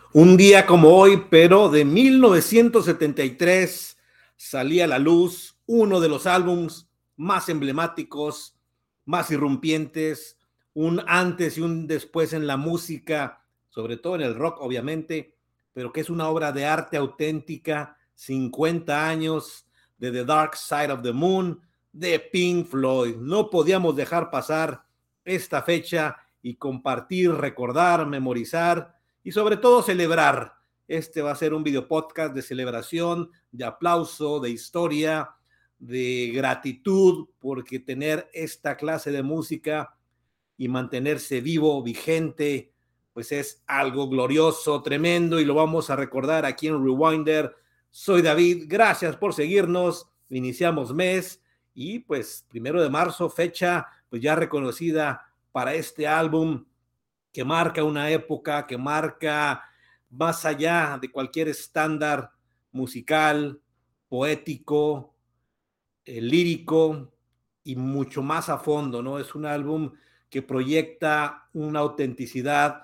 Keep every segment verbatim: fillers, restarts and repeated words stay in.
Un día como hoy, pero de mil novecientos setenta y tres, salía a la luz uno de los álbums más emblemáticos, más irrumpientes, un antes y un después en la música, sobre todo en el rock, obviamente, pero que es una obra de arte auténtica, cincuenta años de The Dark Side of the Moon, de Pink Floyd. No podíamos dejar pasar esta fecha y compartir, recordar, memorizar y sobre todo celebrar. Este va a ser un video podcast de celebración, de aplauso, de historia, de gratitud, porque tener esta clase de música y mantenerse vivo, vigente, pues es algo glorioso, tremendo, y lo vamos a recordar aquí en Rewinder. Soy David, gracias por seguirnos, iniciamos mes, y pues primero de marzo, fecha pues ya reconocida para este álbum que marca una época, que marca más allá de cualquier estándar musical, poético, eh, lírico y mucho más a fondo, ¿no? Es un álbum que proyecta una autenticidad,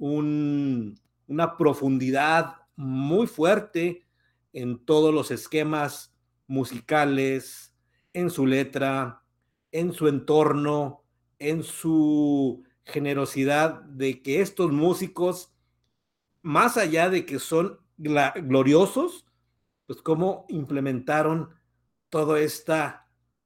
un, una profundidad muy fuerte en todos los esquemas musicales, en su letra, en su entorno, en su generosidad de que estos músicos, más allá de que son gloriosos, pues cómo implementaron toda esta,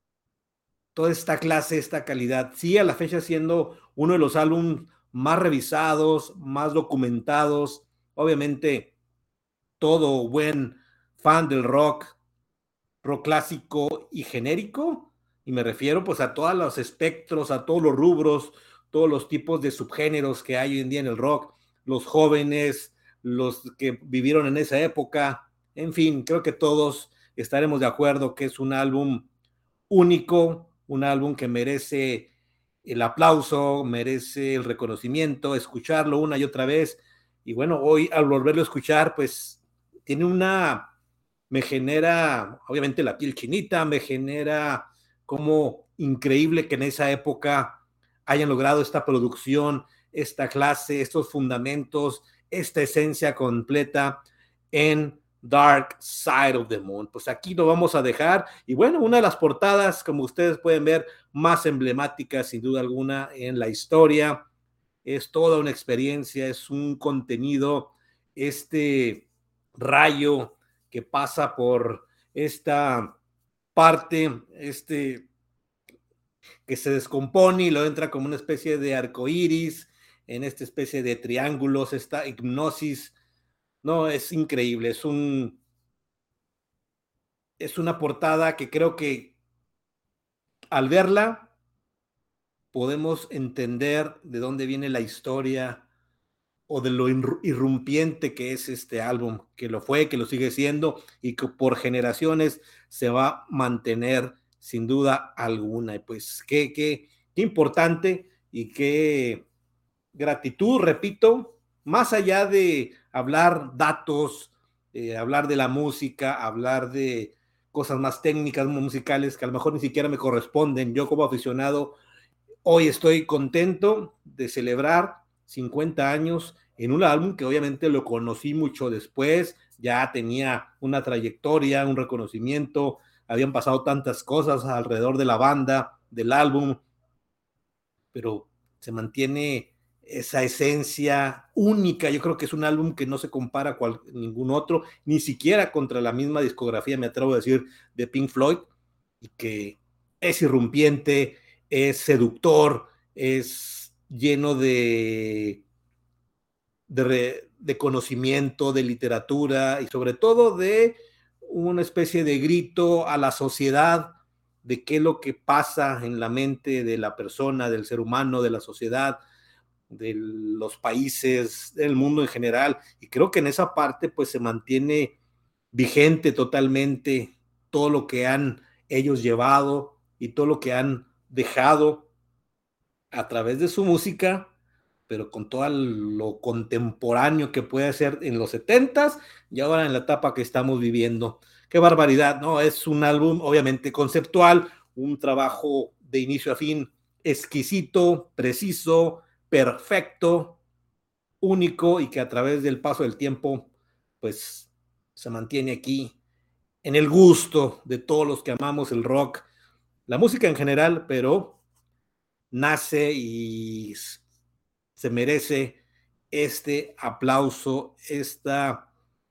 toda esta clase, esta calidad. Sí, a la fecha siendo uno de los álbumes más revisados, más documentados. Obviamente, todo buen fan del rock, rock clásico y genérico, y me refiero pues a todos los espectros, a todos los rubros, todos los tipos de subgéneros que hay hoy en día en el rock, los jóvenes, los que vivieron en esa época, en fin, creo que todos estaremos de acuerdo que es un álbum único, un álbum que merece el aplauso, merece el reconocimiento, escucharlo una y otra vez. Y bueno, hoy al volverlo a escuchar, pues tiene una, me genera obviamente la piel chinita, me genera como increíble que en esa época hayan logrado esta producción, esta clase, estos fundamentos, esta esencia completa en Dark Side of the Moon. Pues aquí lo vamos a dejar. Y bueno, una de las portadas, como ustedes pueden ver, más emblemáticas sin duda alguna en la historia. Es toda una experiencia, es un contenido, este rayo que pasa por esta parte, este que se descompone y lo entra como una especie de arcoíris, en esta especie de triángulos, esta hipnosis. No, es increíble, es un es una portada que creo que al verla podemos entender de dónde viene la historia o de lo irrumpiente que es este álbum, que lo fue, que lo sigue siendo y que por generaciones se va a mantener sin duda alguna. Y pues qué, qué, qué importante y qué gratitud, repito, más allá de hablar datos, eh, hablar de la música, hablar de cosas más técnicas, musicales, que a lo mejor ni siquiera me corresponden. Yo como aficionado, hoy estoy contento de celebrar cincuenta años en un álbum que obviamente lo conocí mucho después, ya tenía una trayectoria, un reconocimiento, habían pasado tantas cosas alrededor de la banda, del álbum, pero se mantiene esa esencia única. Yo creo que es un álbum que no se compara con ningún otro, ni siquiera contra la misma discografía, me atrevo a decir, de Pink Floyd, y que es irrumpiente, es seductor, es lleno de, de, de conocimiento, de literatura y sobre todo de una especie de grito a la sociedad de qué es lo que pasa en la mente de la persona, del ser humano, de la sociedad, de los países, del mundo en general. Y creo que en esa parte pues se mantiene vigente totalmente todo lo que han ellos llevado y todo lo que han dejado a través de su música, pero con todo lo contemporáneo que puede ser en los setentas y ahora en la etapa que estamos viviendo. Qué barbaridad, ¿no? Es un álbum obviamente conceptual, un trabajo de inicio a fin exquisito, preciso, perfecto, único y que a través del paso del tiempo, pues se mantiene aquí en el gusto de todos los que amamos el rock, la música en general, pero nace y se merece este aplauso, esta,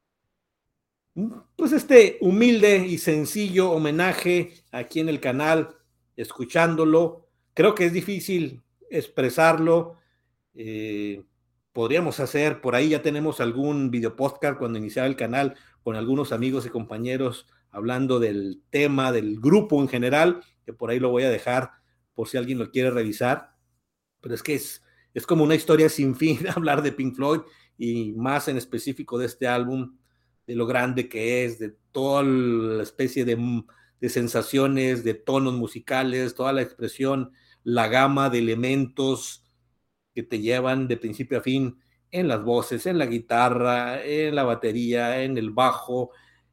pues este humilde y sencillo homenaje aquí en el canal, escuchándolo. Creo que es difícil expresarlo. Eh, podríamos hacer, por ahí ya tenemos algún video podcast cuando iniciaba el canal con algunos amigos y compañeros hablando del tema, del grupo en general, que por ahí lo voy a dejar por si alguien lo quiere revisar. Pero es que es, es como una historia sin fin hablar de Pink Floyd y más en específico de este álbum, de lo grande que es, de toda la especie de, de sensaciones, de tonos musicales, toda la expresión, la gama de elementos que te llevan de principio a fin en las voces, en la guitarra, en la batería, en el bajo,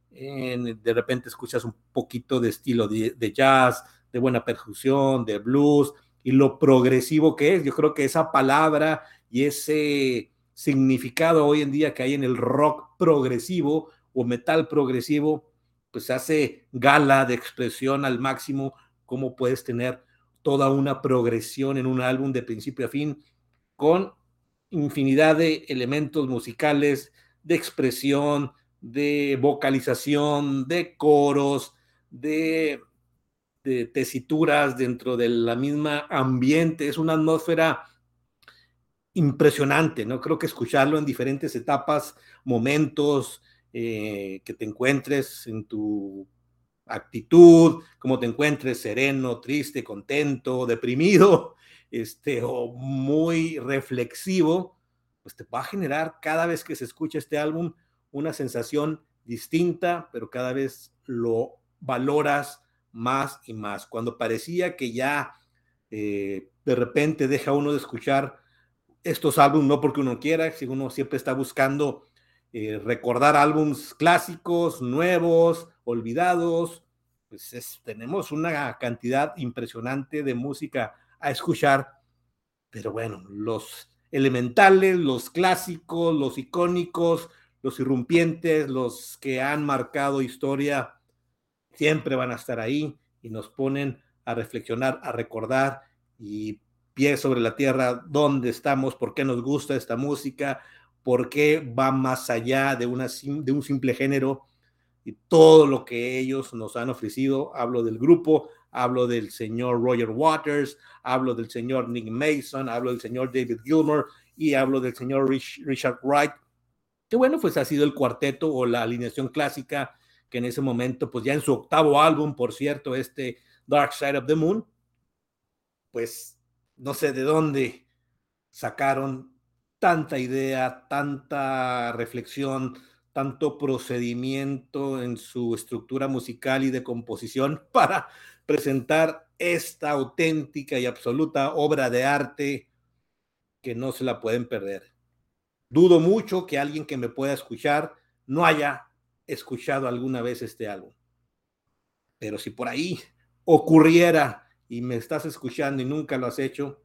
en, de repente escuchas un poquito de estilo de, de jazz, de buena percusión, de blues, y lo progresivo que es. Yo creo que esa palabra y ese significado hoy en día que hay en el rock progresivo o metal progresivo, pues hace gala de expresión al máximo, cómo puedes tener toda una progresión en un álbum de principio a fin con infinidad de elementos musicales, de expresión, de vocalización, de coros, de, de tesituras dentro de la misma ambiente. Es una atmósfera impresionante, ¿no? Creo que escucharlo en diferentes etapas, momentos, eh, que te encuentres en tu actitud, cómo te encuentres, sereno, triste, contento, deprimido, este, o muy reflexivo, pues te va a generar cada vez que se escucha este álbum una sensación distinta, pero cada vez lo valoras más y más. Cuando parecía que ya eh, de repente deja uno de escuchar estos álbumes, no porque uno quiera, si uno siempre está buscando eh, recordar álbumes clásicos, nuevos, olvidados, pues es, tenemos una cantidad impresionante de música a escuchar, pero bueno, los elementales, los clásicos, los icónicos, los irrumpientes, los que han marcado historia, siempre van a estar ahí y nos ponen a reflexionar, a recordar y pie sobre la tierra, dónde estamos, por qué nos gusta esta música, por qué va más allá de, una, de un simple género y todo lo que ellos nos han ofrecido. Hablo del grupo, hablo del señor Roger Waters, hablo del señor Nick Mason, hablo del señor David Gilmour y hablo del señor Rich, Richard Wright, que bueno, pues ha sido el cuarteto o la alineación clásica que en ese momento, pues ya en su octavo álbum, por cierto, este Dark Side of the Moon, pues no sé de dónde sacaron tanta idea, tanta reflexión, tanto procedimiento en su estructura musical y de composición para presentar esta auténtica y absoluta obra de arte que no se la pueden perder. Dudo mucho que alguien que me pueda escuchar no haya escuchado alguna vez este álbum. Pero si por ahí ocurriera y me estás escuchando y nunca lo has hecho,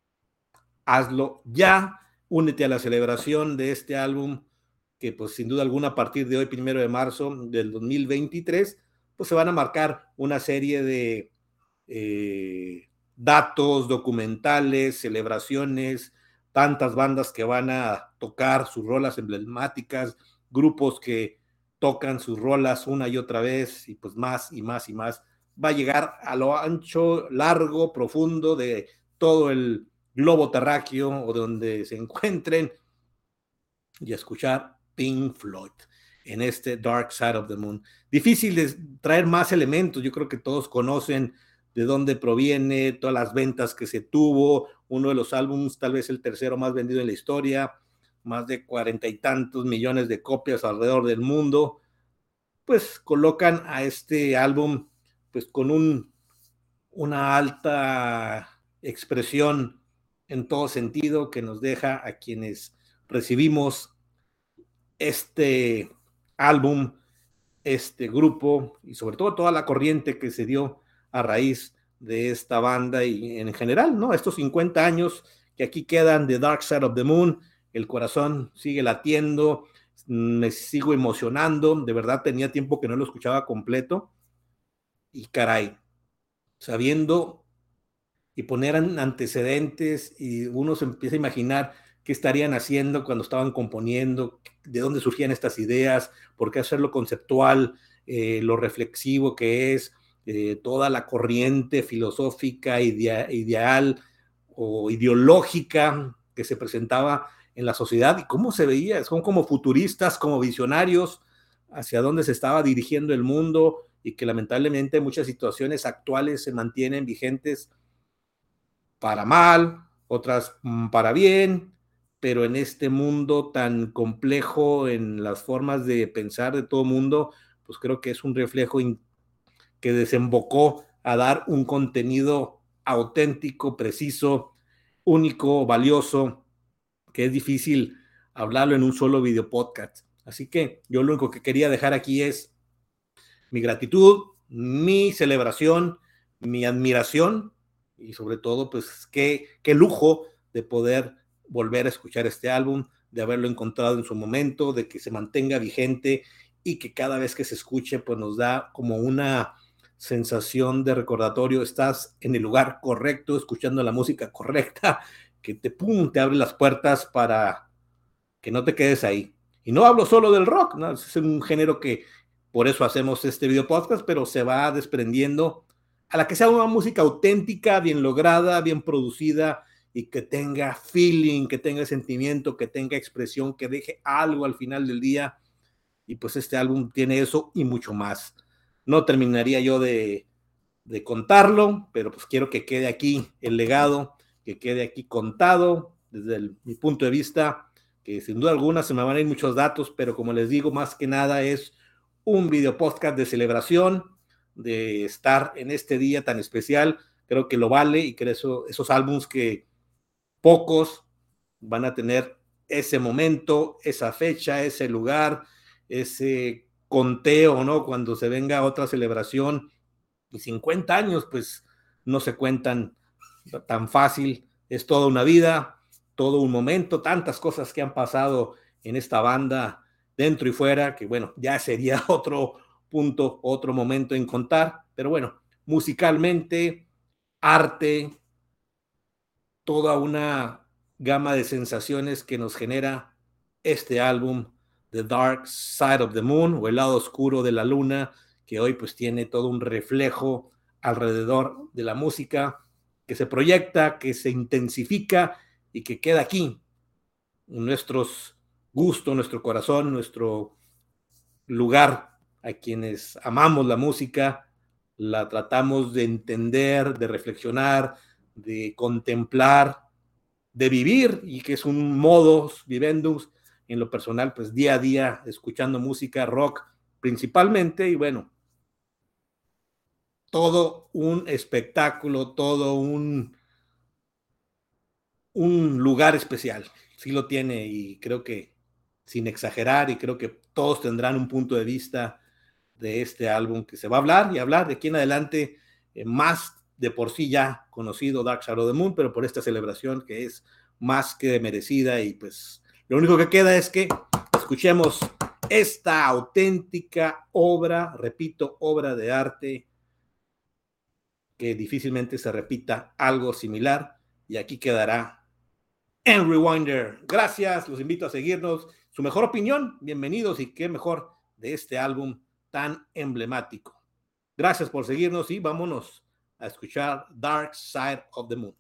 hazlo ya, únete a la celebración de este álbum que pues sin duda alguna a partir de hoy, primero de marzo del dos mil veintitrés, pues se van a marcar una serie de eh, datos, documentales, celebraciones, tantas bandas que van a tocar sus rolas emblemáticas, grupos que tocan sus rolas una y otra vez y pues más y más y más. Va a llegar a lo ancho, largo, profundo de todo el globo terráqueo o donde se encuentren y escuchar Pink Floyd en este Dark Side of the Moon. Difícil de traer más elementos, yo creo que todos conocen de dónde proviene, todas las ventas que se tuvo, uno de los álbumes, tal vez el tercero más vendido en la historia, más de cuarenta y tantos millones de copias alrededor del mundo, pues colocan a este álbum pues con un, una alta expresión en todo sentido que nos deja a quienes recibimos este álbum, este grupo y sobre todo toda la corriente que se dio a raíz de esta banda y en general, ¿no? Estos cincuenta años que aquí quedan de Dark Side of the Moon, el corazón sigue latiendo, me sigo emocionando, de verdad tenía tiempo que no lo escuchaba completo, y caray, sabiendo y poner antecedentes, y uno se empieza a imaginar qué estarían haciendo cuando estaban componiendo, de dónde surgían estas ideas, por qué hacerlo conceptual, eh, lo reflexivo que es, eh, toda la corriente filosófica, idea, ideal o ideológica que se presentaba en la sociedad y cómo se veía, son como futuristas, como visionarios, hacia dónde se estaba dirigiendo el mundo, y que lamentablemente muchas situaciones actuales se mantienen vigentes para mal, otras para bien, pero en este mundo tan complejo en las formas de pensar de todo mundo, pues creo que es un reflejo que desembocó a dar un contenido auténtico, preciso, único, valioso, que es difícil hablarlo en un solo video podcast. Así que yo lo único que quería dejar aquí es mi gratitud, mi celebración, mi admiración, y sobre todo, pues qué, qué lujo de poder volver a escuchar este álbum, de haberlo encontrado en su momento, de que se mantenga vigente y que cada vez que se escuche, pues nos da como una sensación de recordatorio, estás en el lugar correcto, escuchando la música correcta, que te, pum, te abre las puertas para que no te quedes ahí. Y no hablo solo del rock, ¿no? Es un género que por eso hacemos este video podcast, pero se va desprendiendo a la que sea una música auténtica, bien lograda, bien producida, y que tenga feeling, que tenga sentimiento, que tenga expresión, que deje algo al final del día. Y pues este álbum tiene eso y mucho más. No terminaría yo de, de contarlo, pero pues quiero que quede aquí el legado, que quede aquí contado desde el, mi punto de vista, que sin duda alguna se me van a ir muchos datos, pero como les digo, más que nada es un video podcast de celebración, de estar en este día tan especial. Creo que lo vale, y que eso, esos álbums que pocos van a tener ese momento, esa fecha, ese lugar, ese conteo, ¿no? Cuando se venga otra celebración, y cincuenta años, pues no se cuentan tan fácil, es toda una vida, todo un momento, tantas cosas que han pasado en esta banda dentro y fuera, que bueno, ya sería otro punto, otro momento en contar, pero bueno, musicalmente, arte, toda una gama de sensaciones que nos genera este álbum, The Dark Side of the Moon, o El lado oscuro de la luna, que hoy pues tiene todo un reflejo alrededor de la música, que se proyecta, que se intensifica y que queda aquí, en nuestros gustos, nuestro corazón, nuestro lugar, a quienes amamos la música, la tratamos de entender, de reflexionar, de contemplar, de vivir, y que es un modus vivendus en lo personal, pues día a día escuchando música rock principalmente, y bueno, todo un espectáculo, todo un, un lugar especial, sí lo tiene, y creo que sin exagerar, y creo que todos tendrán un punto de vista de este álbum que se va a hablar y hablar de aquí en adelante, eh, más de por sí ya conocido Dark Side of the Moon, pero por esta celebración que es más que merecida. Y pues lo único que queda es que escuchemos esta auténtica obra, repito, obra de arte, que difícilmente se repita algo similar, y aquí quedará en Rewinder. Gracias, los invito a seguirnos. Su mejor opinión, bienvenidos, y qué mejor de este álbum tan emblemático. Gracias por seguirnos y vámonos a escuchar Dark Side of the Moon.